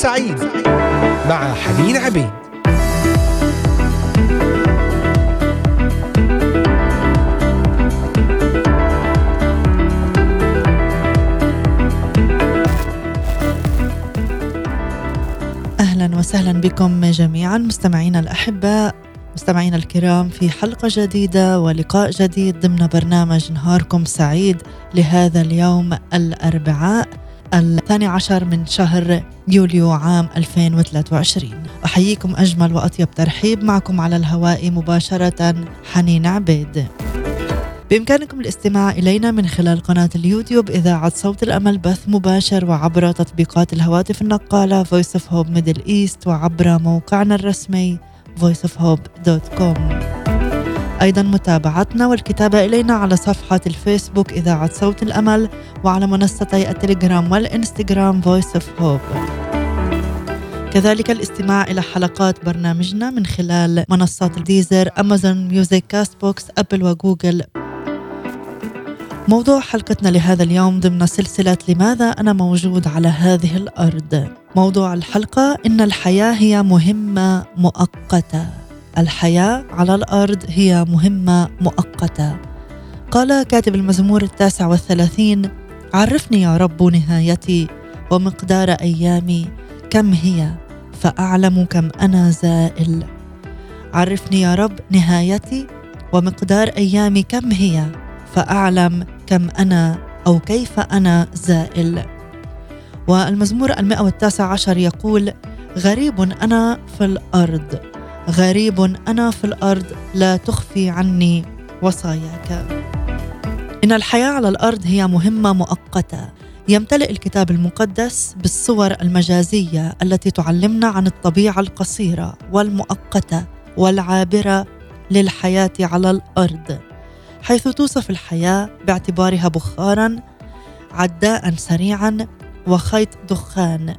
سعيد مع حنين عبيد. أهلا وسهلا بكم جميعا مستمعينا الأحباء، مستمعينا الكرام، في حلقة جديدة ولقاء جديد ضمن برنامج نهاركم سعيد لهذا اليوم الأربعاء 12 من شهر يوليو عام 2023. أحييكم أجمل وأطيب ترحيب، معكم على الهواء مباشرة حنين عبيد. بإمكانكم الاستماع إلينا من خلال قناة اليوتيوب إذاعة صوت الأمل بث مباشر، وعبر تطبيقات الهواتف النقالة Voice of Hope Middle East، وعبر موقعنا الرسمي voiceofhope.com. أيضا متابعتنا والكتابة إلينا على صفحة الفيسبوك إذاعة صوت الأمل، وعلى منصتي التليجرام والإنستغرام Voice of Hope. كذلك الاستماع إلى حلقات برنامجنا من خلال منصات ديزر، أمازون ميوزك، كاست بوكس، أبل وجوجل. موضوع حلقتنا لهذا اليوم ضمن سلسلة لماذا أنا موجود على هذه الأرض. موضوع الحلقة: إن الحياة هي مهمة مؤقتة. الحياة على الأرض هي مهمة مؤقتة. قال كاتب المزمور 39: عرفني يا رب نهايتي ومقدار أيامي كم هي فأعلم كم أنا زائل. عرفني يا رب نهايتي ومقدار أيامي كم هي فأعلم كم أنا أو كيف أنا زائل. والمزمور 119 يقول: غريب أنا في الأرض، غريب أنا في الأرض، لا تخفي عني وصاياك. إن الحياة على الأرض هي مهمة مؤقتة. يمتلئ الكتاب المقدس بالصور المجازية التي تعلمنا عن الطبيعة القصيرة والمؤقتة والعابرة للحياة على الأرض، حيث توصف الحياة باعتبارها بخاراً عداء سريعاً وخيط دخان.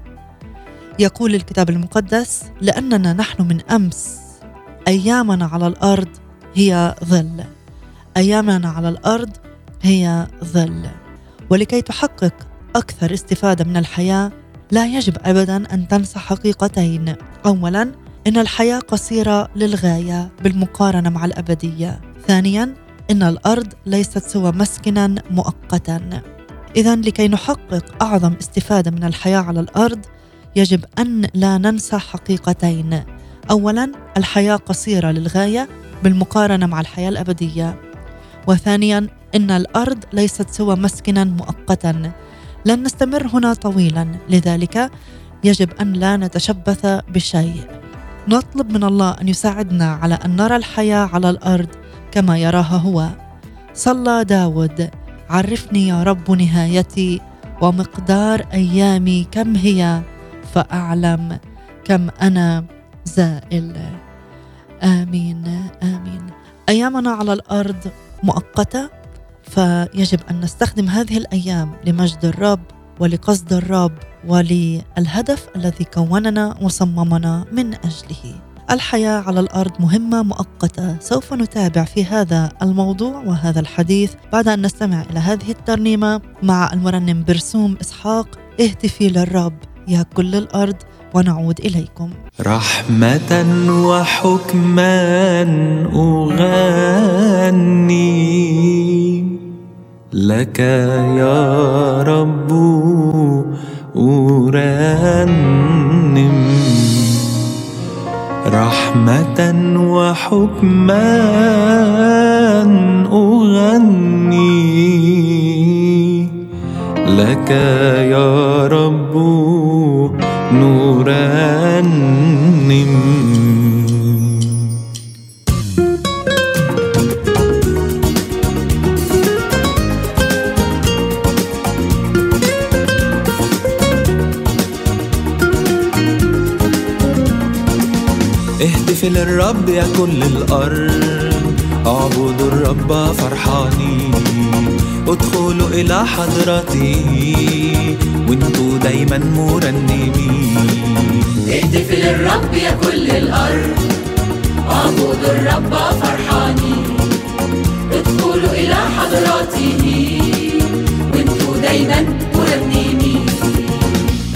يقول الكتاب المقدس: لأننا نحن من أمس أيامنا على الأرض هي ظل، أيامنا على الأرض هي ظل. ولكي تحقق أكثر استفادة من الحياة لا يجب أبداً أن تنسى حقيقتين. أولاً، إن الحياة قصيرة للغاية بالمقارنة مع الأبدية. ثانياً، إن الأرض ليست سوى مسكناً مؤقتاً. إذن لكي نحقق أعظم استفادة من الحياة على الأرض يجب أن لا ننسى حقيقتين. أولاً، الحياة قصيرة للغاية بالمقارنة مع الحياة الأبدية. وثانياً، إن الأرض ليست سوى مسكناً مؤقتاً، لن نستمر هنا طويلاً، لذلك يجب أن لا نتشبث بشيء. نطلب من الله أن يساعدنا على أن نرى الحياة على الأرض كما يراها هو. صلى داود: عرفني يا رب نهايتي ومقدار أيامي كم هي فأعلم كم أنا زائل. آمين آمين. أيامنا على الأرض مؤقتة، فيجب أن نستخدم هذه الأيام لمجد الرب ولقصد الرب وللهدف الذي كوننا وصممنا من أجله. الحياة على الأرض مهمة مؤقتة. سوف نتابع في هذا الموضوع وهذا الحديث بعد أن نستمع إلى هذه الترنيمة مع المرنم برسوم إسحاق: اهتفي للرب يا كل الأرض، ونعود إليكم. رحمة وحكما أغني لك يا رب، أرنم رحمة وحكما أغني لك يا رب، نرنم. اهتف للرب يا كل الأرض، اعبدوا الرب فرحانين، ادخلوا إلى حضرته وانتوا دايما مرنمين. اهتف للرب يا كل الأرض، اعبدوا الرب فرحانين، ادخلوا إلى حضرته وانتوا دايما مرنمين. اعرف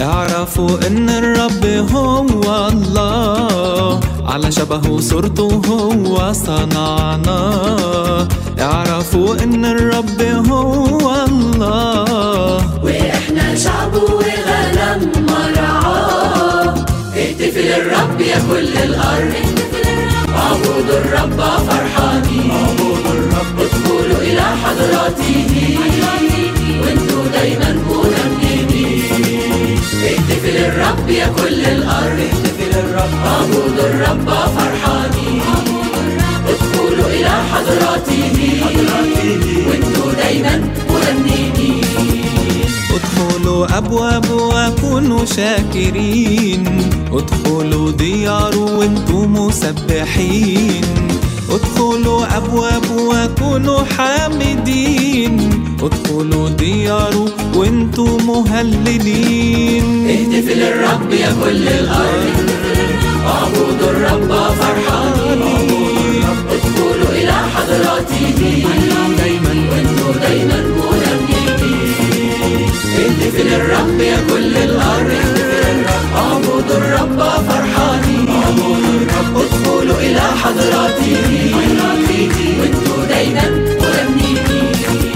اعرفوا ان الرب هو الله، على شبهه صورته هو صنعنا. اعرفوا ان الرب هو الله، واحنا شعبه وغنم مرعاه. اهتفوا للرب يا كل الارض، اعبدوا الرب فرحانين. ادخلوا الى حضراته وانتوا دايما مرنمين. اهتفوا للرب يا كل الارض، اعبدوا الرب فرحانين. ادخلوا الى حضراته وانتوا دايما مرنمين. ادخلوا أبواب وكونوا شاكرين، ادخلوا ديار وانتم مسبحين. ادخلوا أبواب وكونوا حامدين، ادخلوا ديار وانتم مهللين. اهتفوا للرب يا كل الأرض، اعبدوا الرب فرحانين. ادخلوا إلى حضراته وانتوا دايما مرنمين. اهتفوا للرب يا كل الأرض، اعبدوا الرب فرحانين. ادخلوا إلى حضراته وانتوا دايما مرنمين.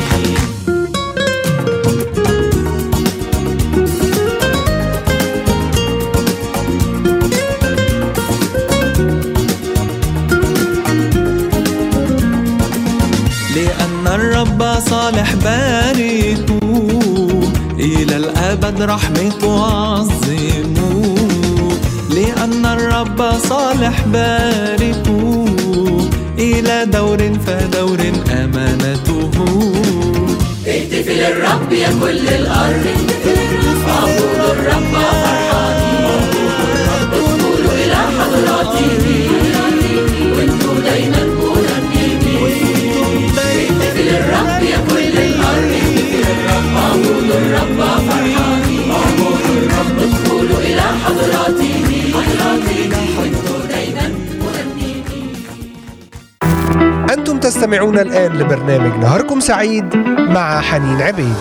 لأن الرب صالح باركوا، إلى الأبد رحمته عظموا. لأن الرب صالح باركوا، إلى دور فدور أمانته. اهتفوا للرب يا كل الأرض، اعبدوا الرب فرحانين. ادخلوا إلى حضراته وانتوا دايما مرنمين. اهتفوا للرب يا كل الأرض، اعبدوا الرب فرحانين. ادخلوا إلى حضراته وانتوا دايما مرنمين. أنتم تستمعون الآن لبرنامج نهاركم سعيد مع حنين عبيد.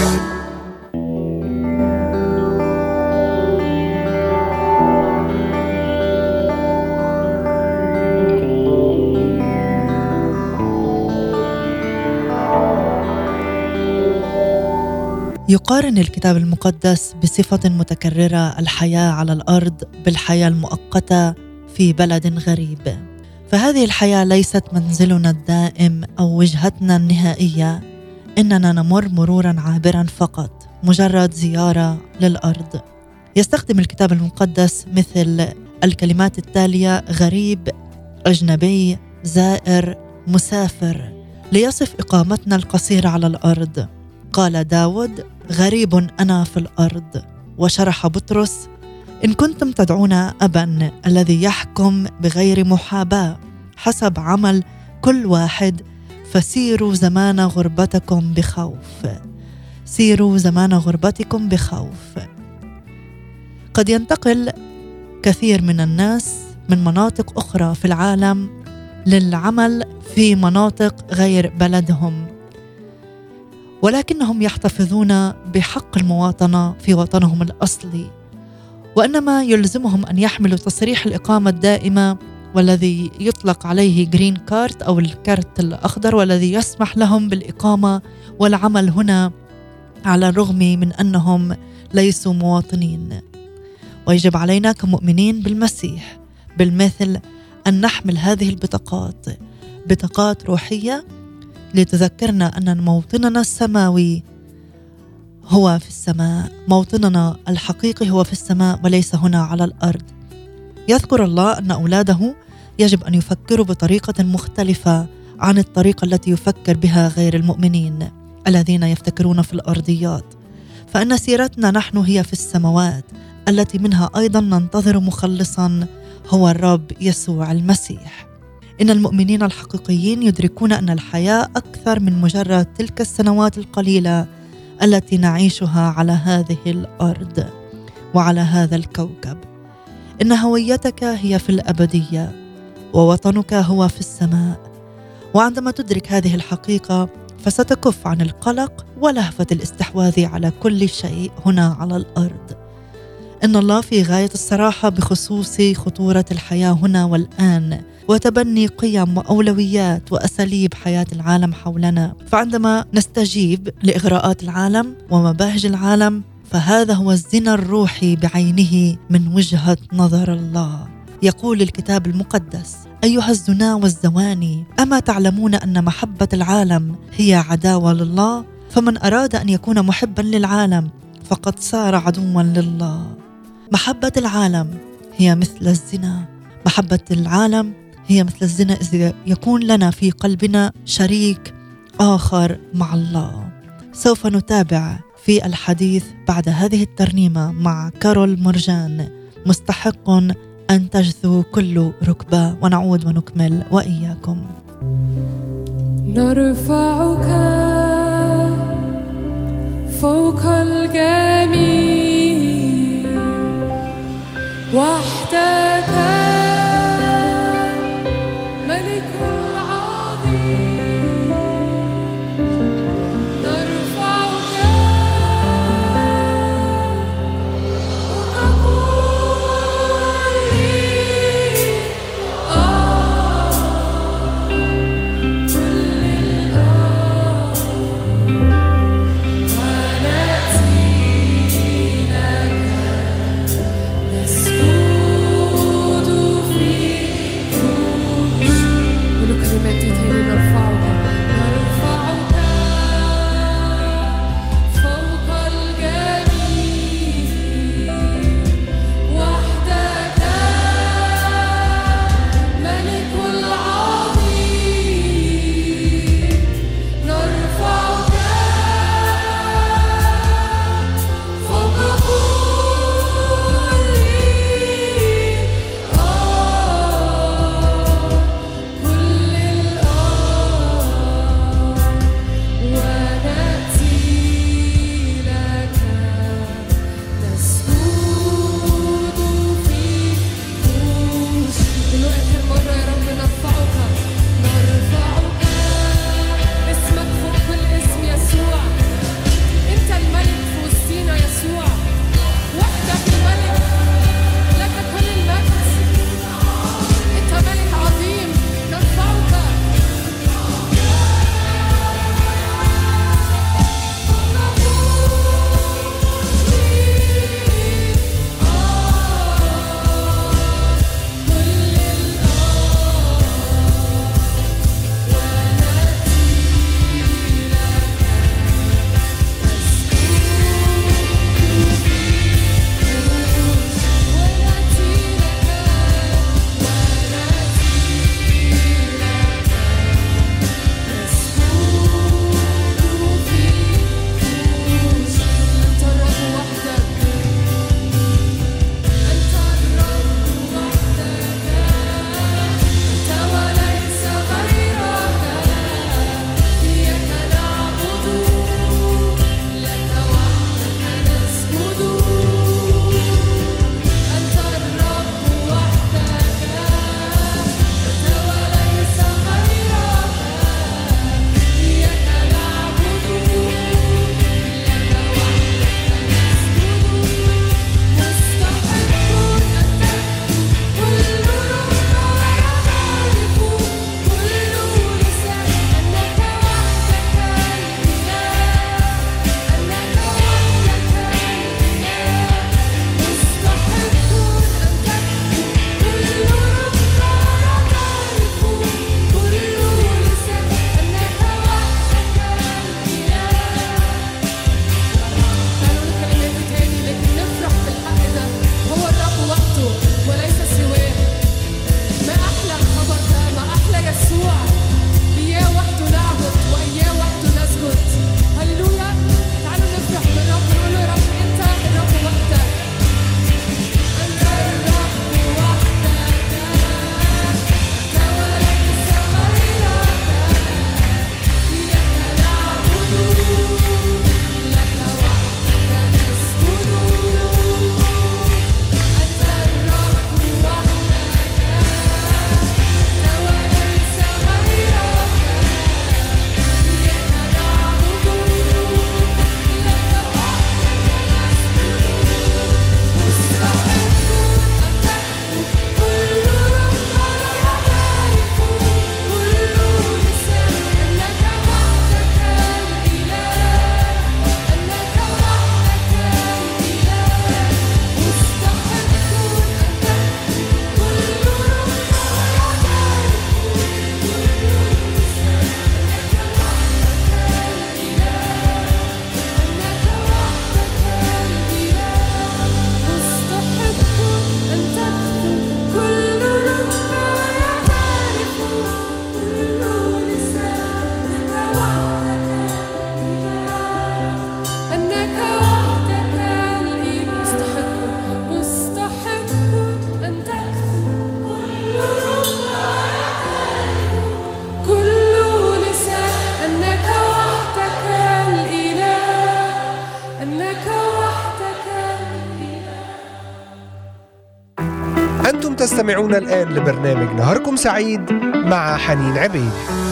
يقارن الكتاب المقدس بصفة متكررة الحياة على الأرض بالحياة المؤقتة في بلد غريب. فهذه الحياة ليست منزلنا الدائم أو وجهتنا النهائية، إننا نمر مرورا عابرا فقط، مجرد زيارة للأرض. يستخدم الكتاب المقدس مثل الكلمات التالية: غريب، أجنبي، زائر، مسافر، ليصف إقامتنا القصيرة على الأرض. قال داود: غريب أنا في الأرض. وشرح بطرس: إن كنتم تدعون أبا الذي يحكم بغير محاباة حسب عمل كل واحد، فسيروا زمان غربتكم بخوف. سيروا زمان غربتكم بخوف. قد ينتقل كثير من الناس من مناطق أخرى في العالم للعمل في مناطق غير بلدهم، ولكنهم يحتفظون بحق المواطنة في وطنهم الأصلي، وإنما يلزمهم أن يحملوا تصريح الإقامة الدائمة، والذي يطلق عليه جرين كارت أو الكارت الأخضر، والذي يسمح لهم بالإقامة والعمل هنا على الرغم من أنهم ليسوا مواطنين. ويجب علينا كمؤمنين بالمسيح بالمثل أن نحمل هذه البطاقات، بطاقات روحية لتذكرنا أن موطننا السماوي هو في السماء، موطننا الحقيقي هو في السماء وليس هنا على الأرض. يذكر الله أن أولاده يجب أن يفكروا بطريقة مختلفة عن الطريقة التي يفكر بها غير المؤمنين الذين يفتكرون في الأرضيات، فإن سيرتنا نحن هي في السماوات التي منها أيضا ننتظر مخلصا هو الرب يسوع المسيح. إن المؤمنين الحقيقيين يدركون أن الحياة أكثر من مجرد تلك السنوات القليلة التي نعيشها على هذه الأرض وعلى هذا الكوكب. إن هويتك هي في الأبدية ووطنك هو في السماء. وعندما تدرك هذه الحقيقة فستكف عن القلق ولهفة الاستحواذ على كل شيء هنا على الأرض. إن الله في غاية الصراحة بخصوص خطورة الحياة هنا والآن وتبني قيم وأولويات وأساليب حياة العالم حولنا. فعندما نستجيب لإغراءات العالم ومباهج العالم فهذا هو الزنا الروحي بعينه من وجهة نظر الله. يقول الكتاب المقدس: أيها الزنا والزواني، أما تعلمون أن محبة العالم هي عداوة لله؟ فمن أراد أن يكون محبا للعالم فقد صار عدوا لله. محبة العالم هي مثل الزنا. محبة العالم هي مثل الزنا إذا يكون لنا في قلبنا شريك آخر مع الله. سوف نتابع في الحديث بعد هذه الترنيمة مع كارول مرجان، مستحق أن تجثو كل ركبة، ونعود ونكمل وإياكم. نرفعك فوق الجميع وحدك ملك العظيم. نرفعك فوق كل تستمعون الآن لبرنامج نهاركم سعيد مع حنين عبيد.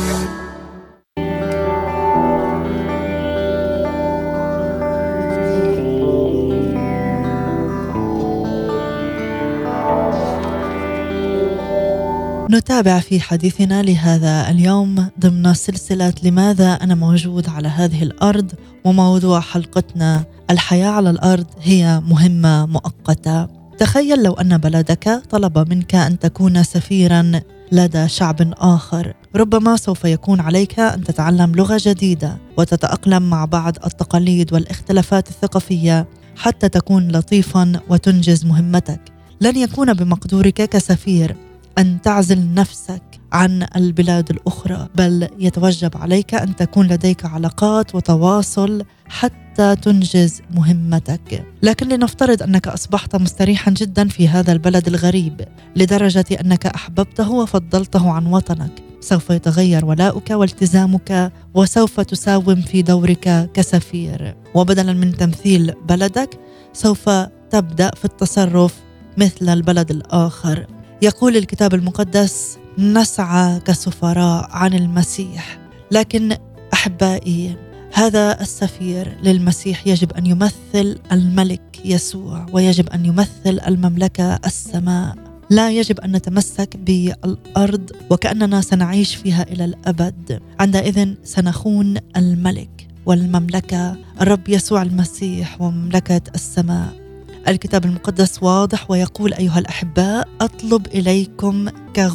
نتابع في حديثنا لهذا اليوم ضمن سلسلة لماذا أنا موجود على هذه الأرض، وموضوع حلقتنا الحياة على الأرض هي مهمة مؤقتة. تخيل لو أن بلدك طلب منك أن تكون سفيراً لدى شعب آخر، ربما سوف يكون عليك أن تتعلم لغة جديدة وتتأقلم مع بعض التقاليد والاختلافات الثقافية حتى تكون لطيفاً وتنجز مهمتك. لن يكون بمقدورك كسفير أن تعزل نفسك عن البلاد الأخرى، بل يتوجب عليك أن تكون لديك علاقات وتواصل حتى تنجز مهمتك. لكن لنفترض أنك أصبحت مستريحا جدا في هذا البلد الغريب لدرجة أنك أحببته وفضلته عن وطنك. سوف يتغير ولاؤك والتزامك، وسوف تساوم في دورك كسفير، وبدلا من تمثيل بلدك سوف تبدأ في التصرف مثل البلد الآخر. يقول الكتاب المقدس: نسعى كسفراء عن المسيح. لكن أحبائي، هذا السفير للمسيح يجب أن يمثل الملك يسوع، ويجب أن يمثل المملكة السماء. لا يجب أن نتمسك بالأرض وكأننا سنعيش فيها إلى الأبد. عندئذ سنخون الملك والمملكة، الرب يسوع المسيح ومملكة السماء. الكتاب المقدس واضح ويقول: أيها الأحباء، أطلب إليكم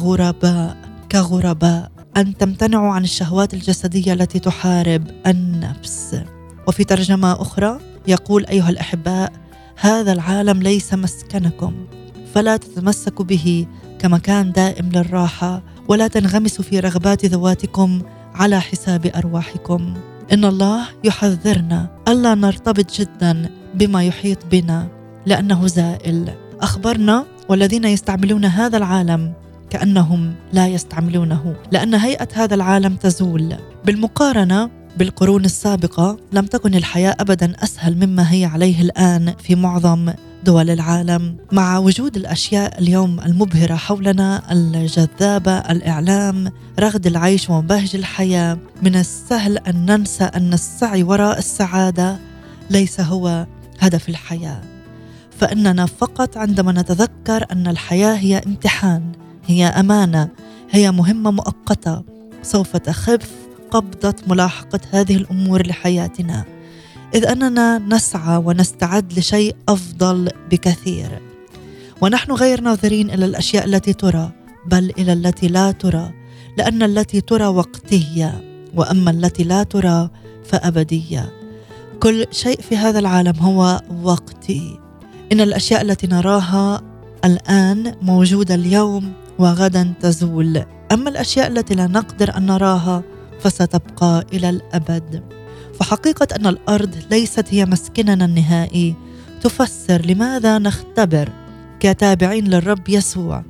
كغرباء أن تمتنعوا عن الشهوات الجسدية التي تحارب النفس. وفي ترجمة أخرى يقول: أيها الأحباء، هذا العالم ليس مسكنكم، فلا تتمسكوا به كمكان دائم للراحة، ولا تنغمسوا في رغبات ذواتكم على حساب أرواحكم. إن الله يحذرنا ألا نرتبط جدا بما يحيط بنا لأنه زائل. أخبرنا: والذين يستعملون هذا العالم كأنهم لا يستعملونه، لأن هيئة هذا العالم تزول. بالمقارنة بالقرون السابقة لم تكن الحياة أبدا أسهل مما هي عليه الآن في معظم دول العالم. مع وجود الأشياء اليوم المبهرة حولنا، الجذابة، الإعلام، رغد العيش ومباهج الحياة، من السهل أن ننسى أن السعي وراء السعادة ليس هو هدف الحياة. فإننا فقط عندما نتذكر أن الحياة هي امتحان، هي أمانة، هي مهمة مؤقتة، سوف تخف قبضة ملاحقة هذه الأمور لحياتنا، إذ أننا نسعى ونستعد لشيء أفضل بكثير. ونحن غير ناظرين إلى الأشياء التي ترى، بل إلى التي لا ترى، لأن التي ترى وقتية، وأما التي لا ترى فأبدية. كل شيء في هذا العالم هو وقتي. إن الأشياء التي نراها الآن موجودة اليوم وغدا تزول، أما الأشياء التي لا نقدر أن نراها فستبقى إلى الأبد. فحقيقة أن الأرض ليست هي مسكننا النهائي تفسر لماذا نختبر كتابعين للرب يسوع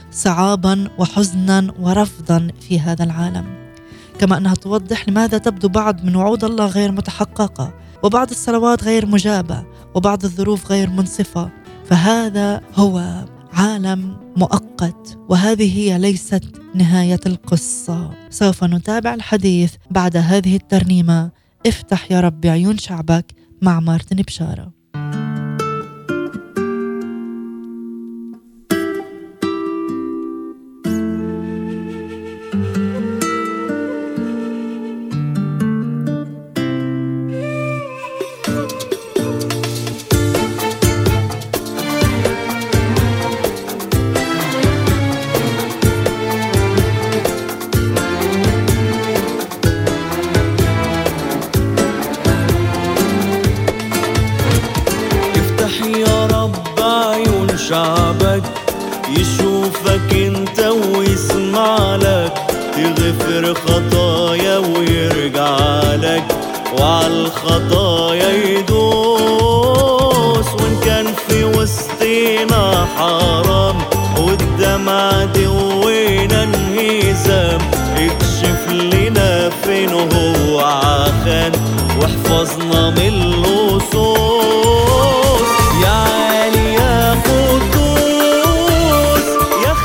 صعابا وحزنا ورفضا في هذا العالم، كما أنها توضح لماذا تبدو بعض من وعود الله غير متحققة، وبعض الصلوات غير مجابة، وبعض الظروف غير منصفة. فهذا هو عالم مؤقت، وهذه هي ليست نهاية القصة. سوف نتابع الحديث بعد هذه الترنيمة: افتح يا رب عيون شعبك مع مارتن بشارة. شعبك يشوفك انت ويسمع لك، تغفر خطايا ويرجع لك، وعالخطايا يدوس. وان كان في وسطينا حرام والدمع دوينا انهزام، اكشف لنا فين هو عخان واحفظنا من اللصوص. يا عالي يا قدوس يا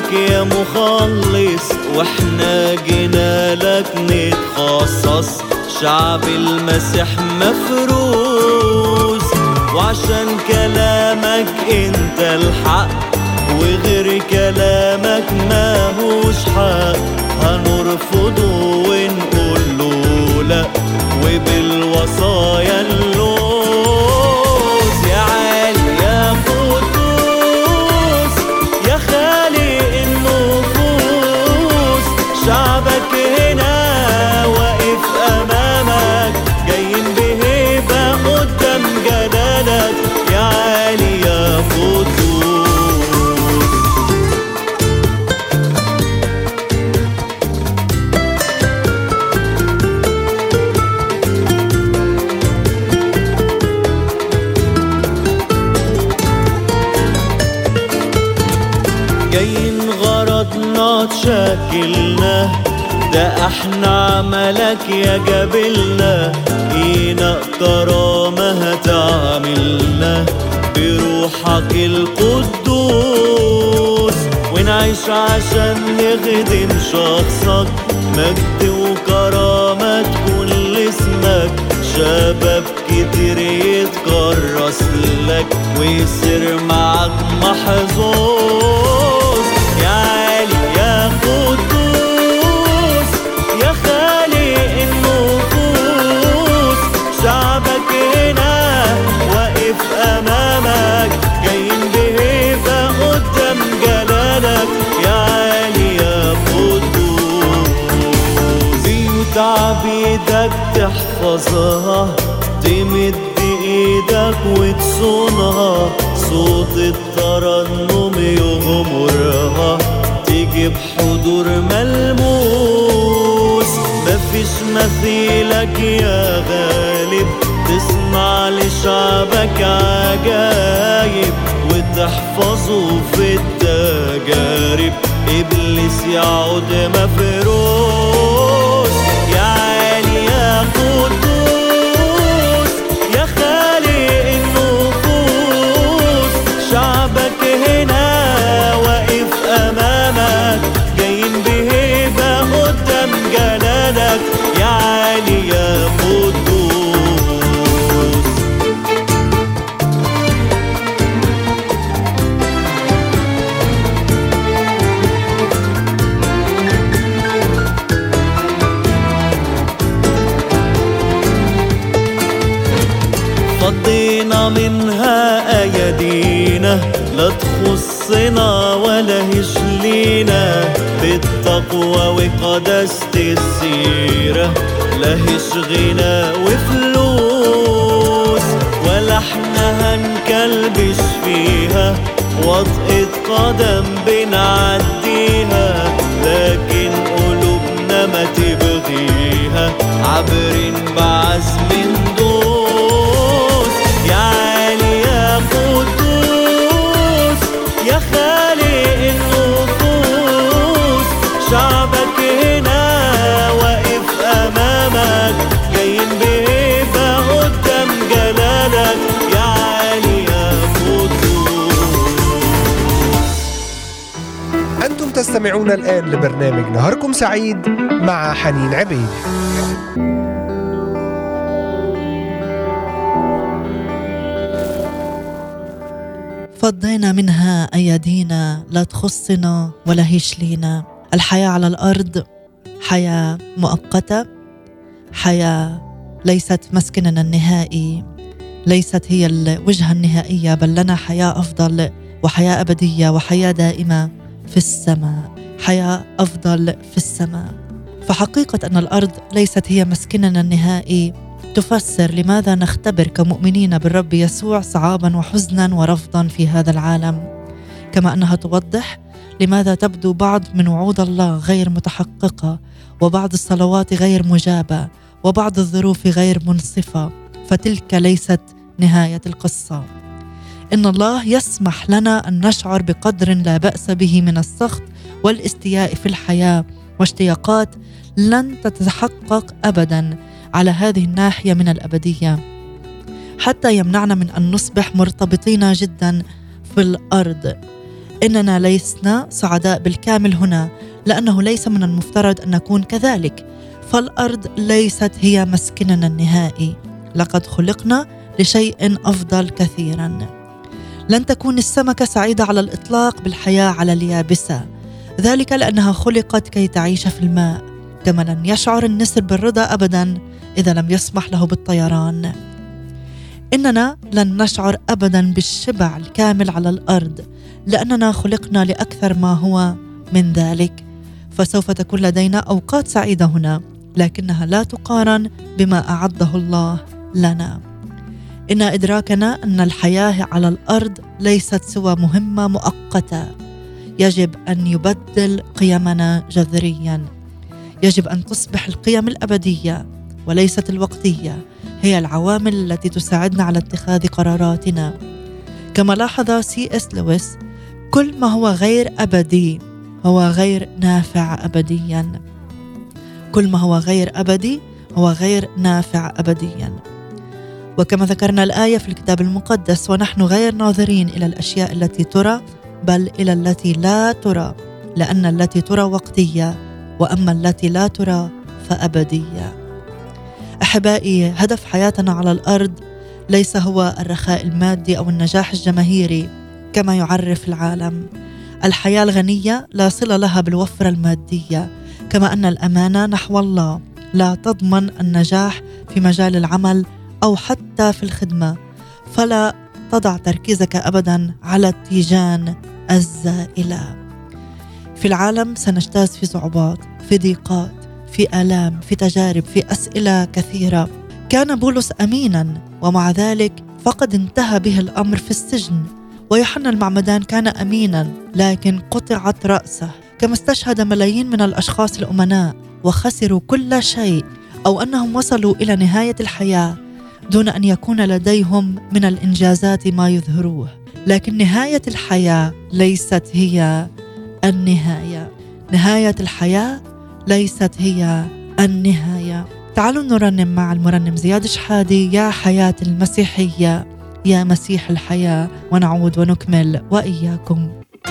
لك يا مخلص، واحنا جينا لك نتخصص. شعب المسيح مفروس، وعشان كلامك انت الحق، وغير كلامك ماهوش حق. هنرفضه ونقول له لا، وبالوصايا اللوز. يا عالي يا قدوس يا خالق النفوس، شعبك هنا واقف أمامك، جايين بهيبة قدام جلالك. يا عالي يا قدوس. جايين غرضنا تشاكلنا، ده احنا عملك يا جبلنا. اينا كرامة هتعملنا بروحك القدوس، ونعيش عشان نخدم شخصك. مجد وكرامة تكون لاسمك، شباب كتير يتكرس لك ويصير معك محظوظ. يا عالي يا قدوس يا خالق النفوس، شعبك هنا واقف أمامك، جايين بهيبة قدام جلالك. يا عالي يا قدوس. بيوت عبيدك تحفظها، تمد ايدك وتصونها، صوت الترنم يغمرها، تجيب حضور ملموس. مفيش مثيلك يا غالب، تصنع لشعبك عجايب، وتحفظه في التجارب. إبليس يعود مفروس. يا عالي يا قدوس يا خالق النفوس، شعبك هنا واقف أمامك، جايين بهيبة قدام جلالك. يا عالي يا قدوس. فضينا منها أيدينا، لا تخصنا ولا هش لينا. بالتقوى وقداسة السيرة، لا هش غنى وفلوس، ولا احنا هنكلبش فيها. وطئة قدم بنعديها، لكن قلوبنا ما تبغيها. عابرين بعزم ندوس. يا عالي يا قدوس يا خالق النفوس، شعبك هنا واقف أمامك، جايين بهيبة قدام جلالك. يا عالي يا قدوس. أنتم تستمعون الآن لبرنامج نهاركم سعيد مع حنين عبيد. فضينا منها أيدينا، لا تخصنا ولا هيش لينا. الحياة على الأرض حياة مؤقتة، حياة ليست مسكننا النهائي، ليست هي الوجهة النهائية، بل لنا حياة أفضل وحياة أبدية وحياة دائمة في السماء، حياة أفضل في السماء. فحقيقة أن الأرض ليست هي مسكننا النهائي تفسر لماذا نختبر كمؤمنين بالرب يسوع صعابا وحزنا ورفضا في هذا العالم، كما أنها توضح لماذا تبدو بعض من وعود الله غير متحققة، وبعض الصلوات غير مجابة، وبعض الظروف غير منصفة. فتلك ليست نهاية القصة. إن الله يسمح لنا أن نشعر بقدر لا بأس به من السخط والاستياء في الحياة، واشتياقات لن تتحقق أبداً على هذه الناحية من الأبدية، حتى يمنعنا من أن نصبح مرتبطين جداً في الأرض. إننا لسنا سعداء بالكامل هنا، لأنه ليس من المفترض أن نكون كذلك، فالأرض ليست هي مسكننا النهائي. لقد خلقنا لشيء أفضل كثيرا. لن تكون السمكة سعيدة على الإطلاق بالحياة على اليابسة، ذلك لأنها خلقت كي تعيش في الماء، كما لن يشعر النسر بالرضا أبدا إذا لم يسمح له بالطيران. إننا لن نشعر أبدا بالشبع الكامل على الأرض، لأننا خلقنا لأكثر ما هو من ذلك. فسوف تكون لدينا أوقات سعيدة هنا، لكنها لا تقارن بما أعده الله لنا. إن إدراكنا أن الحياة على الأرض ليست سوى مهمة مؤقتة، يجب أن يبدل قيمنا جذريا. يجب أن تصبح القيم الأبدية وليست الوقتية هي العوامل التي تساعدنا على اتخاذ قراراتنا. كما لاحظ C.S. لويس، كل ما هو غير أبدي هو غير نافع أبديا. كل ما هو غير أبدي هو غير نافع أبديا. وكما ذكرنا الآية في الكتاب المقدس: ونحن غير ناظرين إلى الأشياء التي ترى بل إلى التي لا ترى، لأن التي ترى وقتية وأما التي لا ترى فأبدية. أحبائي، هدف حياتنا على الأرض ليس هو الرخاء المادي أو النجاح الجماهيري كما يعرف العالم. الحياة الغنية لا صلة لها بالوفرة المادية، كما أن الأمانة نحو الله لا تضمن النجاح في مجال العمل أو حتى في الخدمة. فلا تضع تركيزك أبدا على التيجان الزائلة. في العالم سنجتاز في صعوبات، في ضيقات، في آلام، في تجارب، في أسئلة كثيرة. كان بولس أمينا ومع ذلك فقد انتهى به الأمر في السجن. ويوحنا المعمدان كان أمينا لكن قطعت رأسه. كما استشهد ملايين من الأشخاص الأمناء وخسروا كل شيء، أو أنهم وصلوا إلى نهاية الحياة دون أن يكون لديهم من الإنجازات ما يظهروه. لكن نهاية الحياة ليست هي النهاية. نهاية الحياة ليست هي النهاية. تعالوا نرنم مع المرنم زياد شحادي: يا حياة المسيحية، يا مسيح الحياة، ونعود ونكمل وإياكم.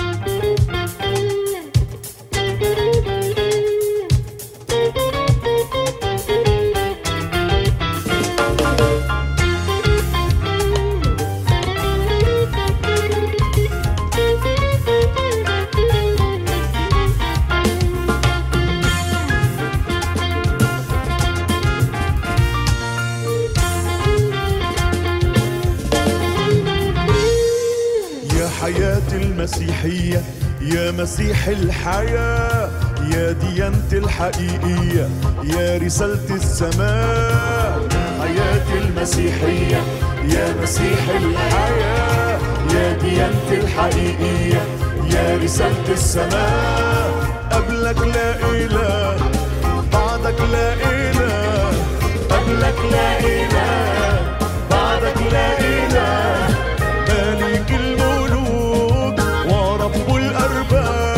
المسيحية، يا مسيح الحياة، يا ديانة الحقيقية، يا رسالة السماء. حياة المسيحية، يا مسيح الحياة، يا ديانة الحقيقية، يا رسالة السماء. قبلك لا إله، بعدك لا إله، قبلك لا إله، بعدك لا إله. مالك الملوك ورب الأرباب،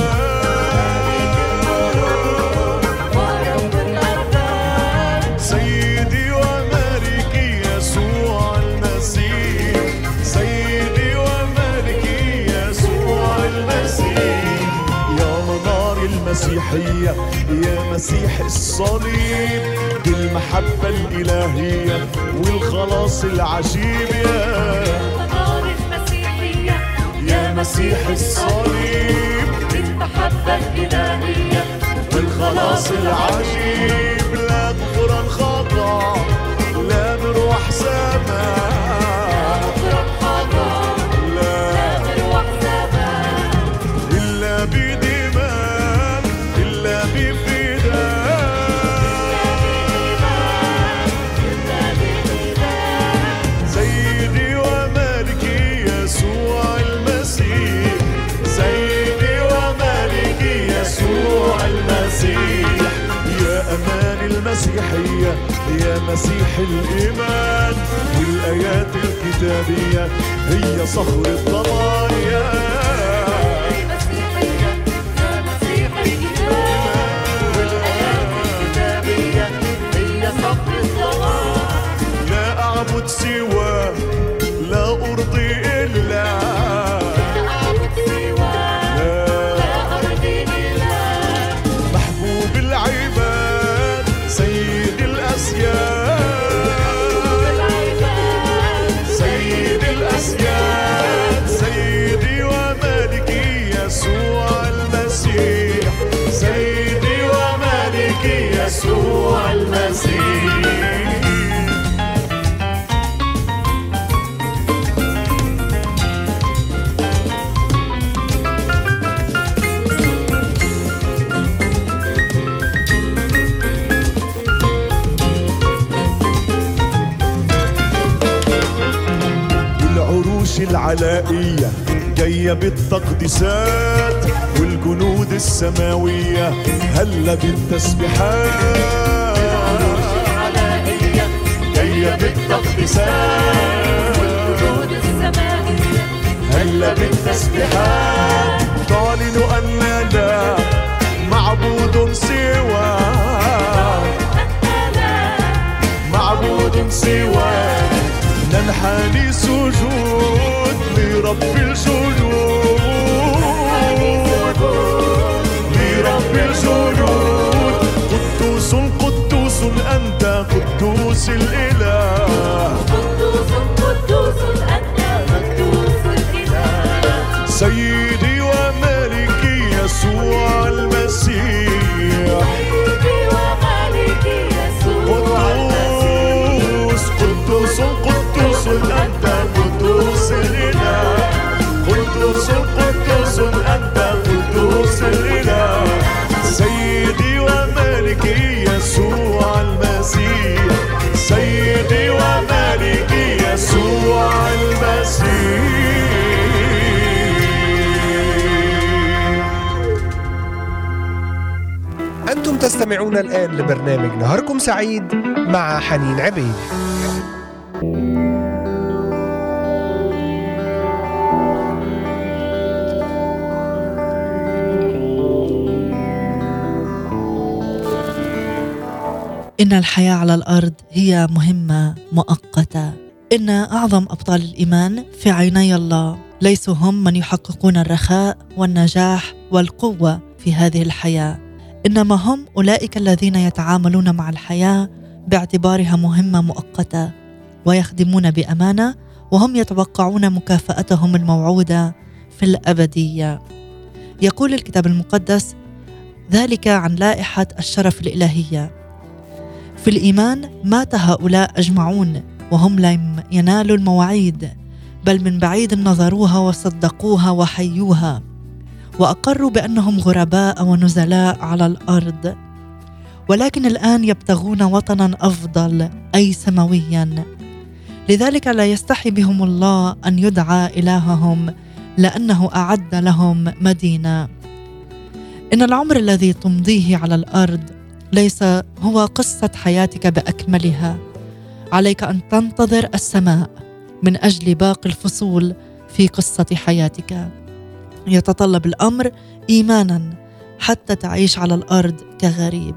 سيدي ومالكي يسوع المسيح، سيدي ومالكي يسوع المسيح. يا منار المسيحية، يا مسيح الصليب، بالمحبة الإلهية والخلاص العجيب. يا مسيح الصليب، بالمحبة الإلهية والخلاص العجيب. لا غفران خطأ، لا نروح سماء، لا نروح سماء إلا بدماء، إلا بفداء. سيدي ومالكي يسوع المسيح، سيدي ومالكي يسوع المسيح. يا أمان المسيحية، يا مسيح الإيمان والآيات الكتابية، هي صخر الضمان. يا مسيحية، يا مسيح الإيمان والآيات الكتابية، هي صخر الضمان. لا أعبد سواه، لا أرضي إلا، لا أعبد سواه، يسوع المسيح. العروش العلائية جاية بالتقديسات، والجنود السماوية هلا بالتسبيحات. العروش العلائية جاية بالتقديسات، والجنود السمائية هلا بالتسبيحات. تعلن أن لا معبود سواك، معبود سواك. ننحني سجود لرب الجنود، لرب الجنود. قدوس قدوس أنت قدوس الإله، قدوس قدوس أنت قدوس الإله. سيدي وملكي يسوع المسيح. سيدي ومالكي يسوع المسيح. قدوس قدوس أنت قدوس الإله، قدوس قدوس أنت قدوس الإله. سيدي وملكي يسوع المسيح، سيدي وملكي يسوع المسيح. أنتم تستمعون الآن لبرنامج نهاركم سعيد مع حنين عبيد. إن الحياة على الأرض هي مهمة مؤقتة. إن أعظم أبطال الإيمان في عيني الله ليسوا هم من يحققون الرخاء والنجاح والقوة في هذه الحياة، إنما هم أولئك الذين يتعاملون مع الحياة باعتبارها مهمة مؤقتة ويخدمون بأمانة، وهم يتوقعون مكافأتهم الموعودة في الأبدية. يقول الكتاب المقدس ذلك عن لائحة الشرف الإلهية: في الإيمان مات هؤلاء أجمعون وهم لم ينالوا المواعيد، بل من بعيد نظروها وصدقوها وحيوها، وأقروا بأنهم غرباء ونزلاء على الأرض، ولكن الآن يبتغون وطنا أفضل أي سماويا. لذلك لا يستحي بهم الله أن يدعى إلههم، لأنه أعد لهم مدينة. إن العمر الذي تمضيه على الأرض ليس هو قصة حياتك بأكملها. عليك أن تنتظر السماء من أجل باقي الفصول في قصة حياتك. يتطلب الأمر إيمانا حتى تعيش على الأرض كغريب.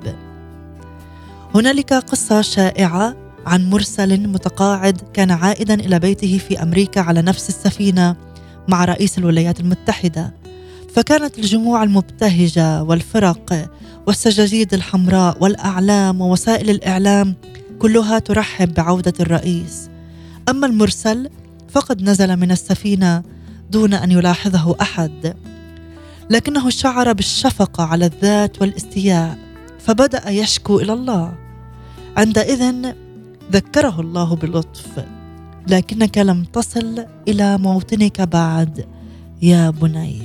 هنالك قصة شائعة عن مرسل متقاعد كان عائدا إلى بيته في أمريكا على نفس السفينة مع رئيس الولايات المتحدة، فكانت الجموع المبتهجة والفرق والسجاجيد الحمراء والأعلام ووسائل الإعلام كلها ترحب بعودة الرئيس. أما المرسل فقد نزل من السفينة دون أن يلاحظه أحد، لكنه شعر بالشفقة على الذات والاستياء، فبدأ يشكو إلى الله. عندئذ ذكره الله بلطف: لكنك لم تصل إلى موطنك بعد يا بني،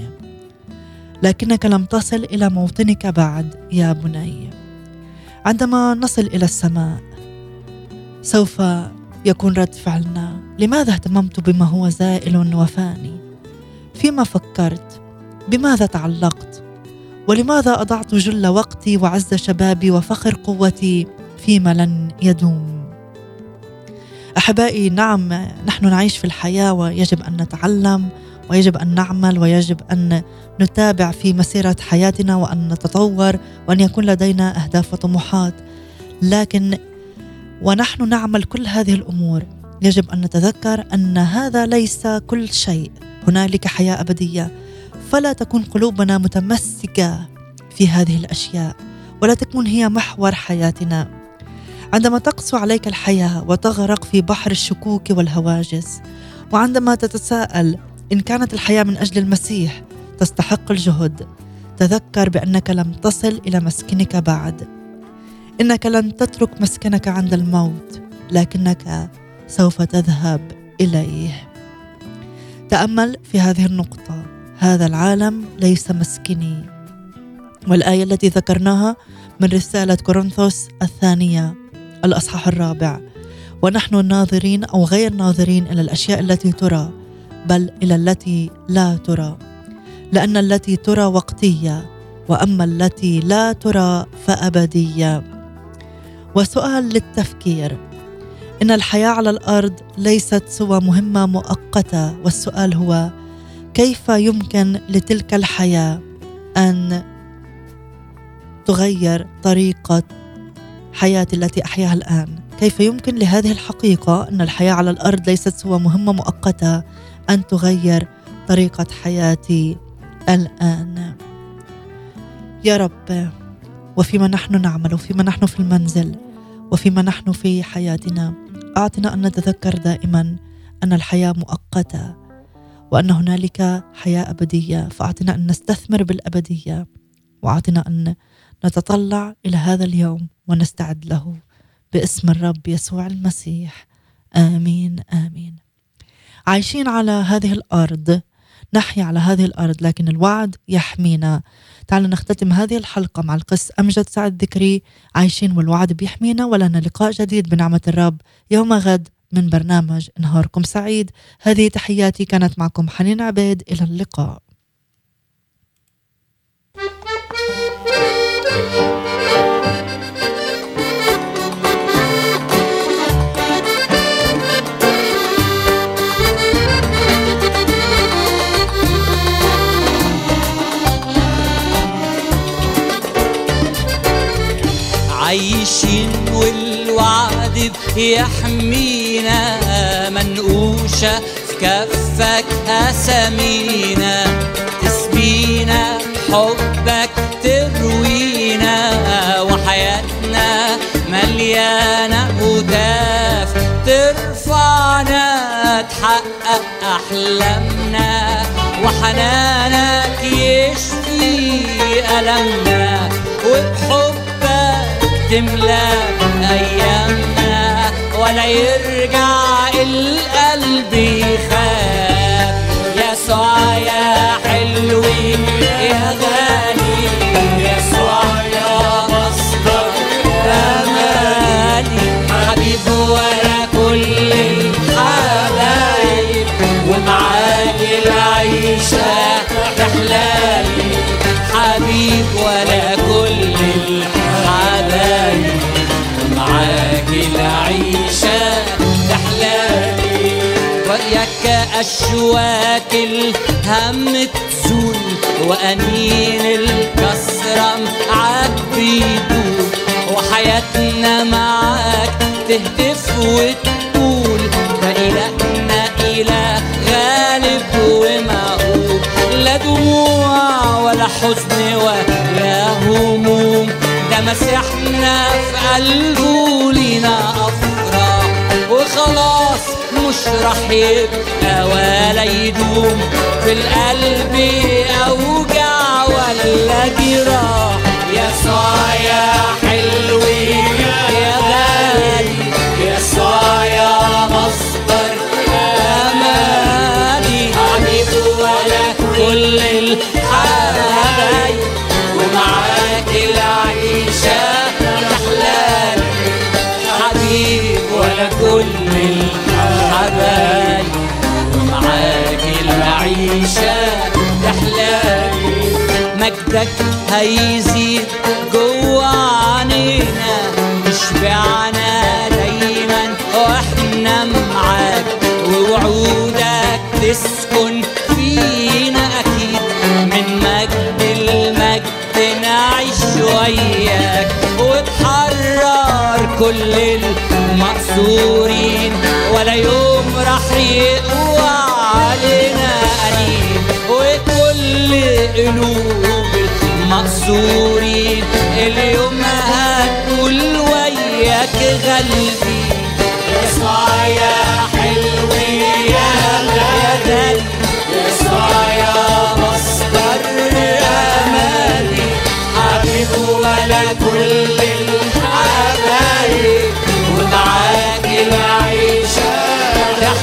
لكنك لم تصل إلى موطنك بعد يا بني. عندما نصل إلى السماء سوف يكون رد فعلنا: لماذا اهتممت بما هو زائل وفاني؟ فيما فكرت؟ بماذا تعلقت؟ ولماذا أضعت جل وقتي وعز شبابي وفخر قوتي فيما لن يدوم؟ أحبائي، نعم، نحن نعيش في الحياة ويجب أن نتعلم ويجب أن نعمل ويجب أن نتابع في مسيرة حياتنا وأن نتطور وأن يكون لدينا أهداف وطموحات، لكن ونحن نعمل كل هذه الأمور يجب أن نتذكر أن هذا ليس كل شيء. هنالك حياة أبدية، فلا تكون قلوبنا متمسكة في هذه الأشياء ولا تكون هي محور حياتنا. عندما تقسو عليك الحياة وتغرق في بحر الشكوك والهواجس، وعندما تتساءل إن كانت الحياة من أجل المسيح تستحق الجهد، تذكر بأنك لم تصل إلى مسكنك بعد. إنك لن تترك مسكنك عند الموت، لكنك سوف تذهب إليه. تأمل في هذه النقطة: هذا العالم ليس مسكني. والآية التي ذكرناها من رسالة كورنثوس الثانية الأصحاح 4: ونحن ناظرين أو غير ناظرين إلى الأشياء التي ترى، بل إلى التي لا ترى، لأن التي ترى وقتية، وأما التي لا ترى فأبدية. وسؤال للتفكير: إن الحياة على الأرض ليست سوى مهمة مؤقتة، والسؤال هو: كيف يمكن لتلك الحياة أن تغير طريقة حياتي التي أحياها الآن؟ كيف يمكن لهذه الحقيقة أن الحياة على الأرض ليست سوى مهمة مؤقتة أن تغير طريقة حياتي الآن؟ يا رب، وفيما نحن نعمل، وفيما نحن في المنزل، وفيما نحن في حياتنا، أعطنا أن نتذكر دائما أن الحياة مؤقتة وأن هنالك حياة أبدية، فأعطنا أن نستثمر بالأبدية، وأعطنا أن نتطلع إلى هذا اليوم ونستعد له باسم الرب يسوع المسيح. آمين آمين. عايشين على هذه الأرض، نحيا على هذه الأرض، لكن الوعد يحمينا. تعالوا نختتم هذه الحلقة مع القس أمجد سعد ذكري، عايشين والوعد بيحمينا. ولنا لقاء جديد بنعمة الرب يوم غد من برنامج نهاركم سعيد. هذه تحياتي، كانت معكم حنين عبيد. إلى اللقاء. عايشين والوعد بيحمينا، منقوشة في كفك أسامينا، تسبينا حبك تروينا، وحياتنا مليانة هتاف ترفعنا، تحقق أحلامنا، وحنانك يشفي ألمنا، وبحبك تملى أيامنا، ولا يرجع القلب يخاف. يسوع يا حلوي يا غالي، يسوع يا مصدر أماني، حبيب ولا كل الحبايب، ومعاك العيشة تحلالي، حبيب ولا كل الحبايب، ومعاك العيشة تحلالي. رأيك أشواك الهم تزول، وأنين الكسرة معاك بيدول، وحياتنا معاك تهتف وتقول، فإلهنا إله غالب ومعقول، لا دموع ولا حزن ولا هموم، ده مسيحنا في قلبه لينا أفراح، وخلاص مش رح يبقى ولا يدوم في القلب أوجع ولا جراح. يسوع يا حلوي يا غالي، يسوع يا مصدر أماني، حبيب ولا كل الحبايب، ومعاك العيشة تحلالي، حبيب ولا كل الحبايب، ومعاك العيشة تحلالي. مجدك هيزيد جوا عنينا، يشبعنا دايما واحنا معاك، ووعودك تسكن فينا أكيد، من مجد المجد نعيش وياك، وتحرر كل المقصورين، ولا يوم رح يقوى علينا أنين، وكل قلوب المقصورين اليوم هتقول وياك غلبي. يسوع يا حلوي يا غالي، يسوع يا مصدر أماني، حبيب ولا كل الحياة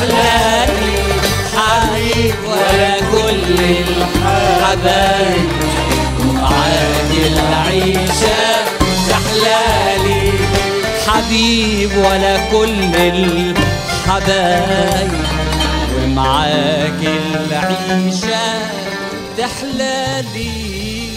تحلالي حبيب ولا كل الحبايب ومعاك العيشة تحلالي حبيب ولا كل الحبايب ومعاك العيشة تحلالي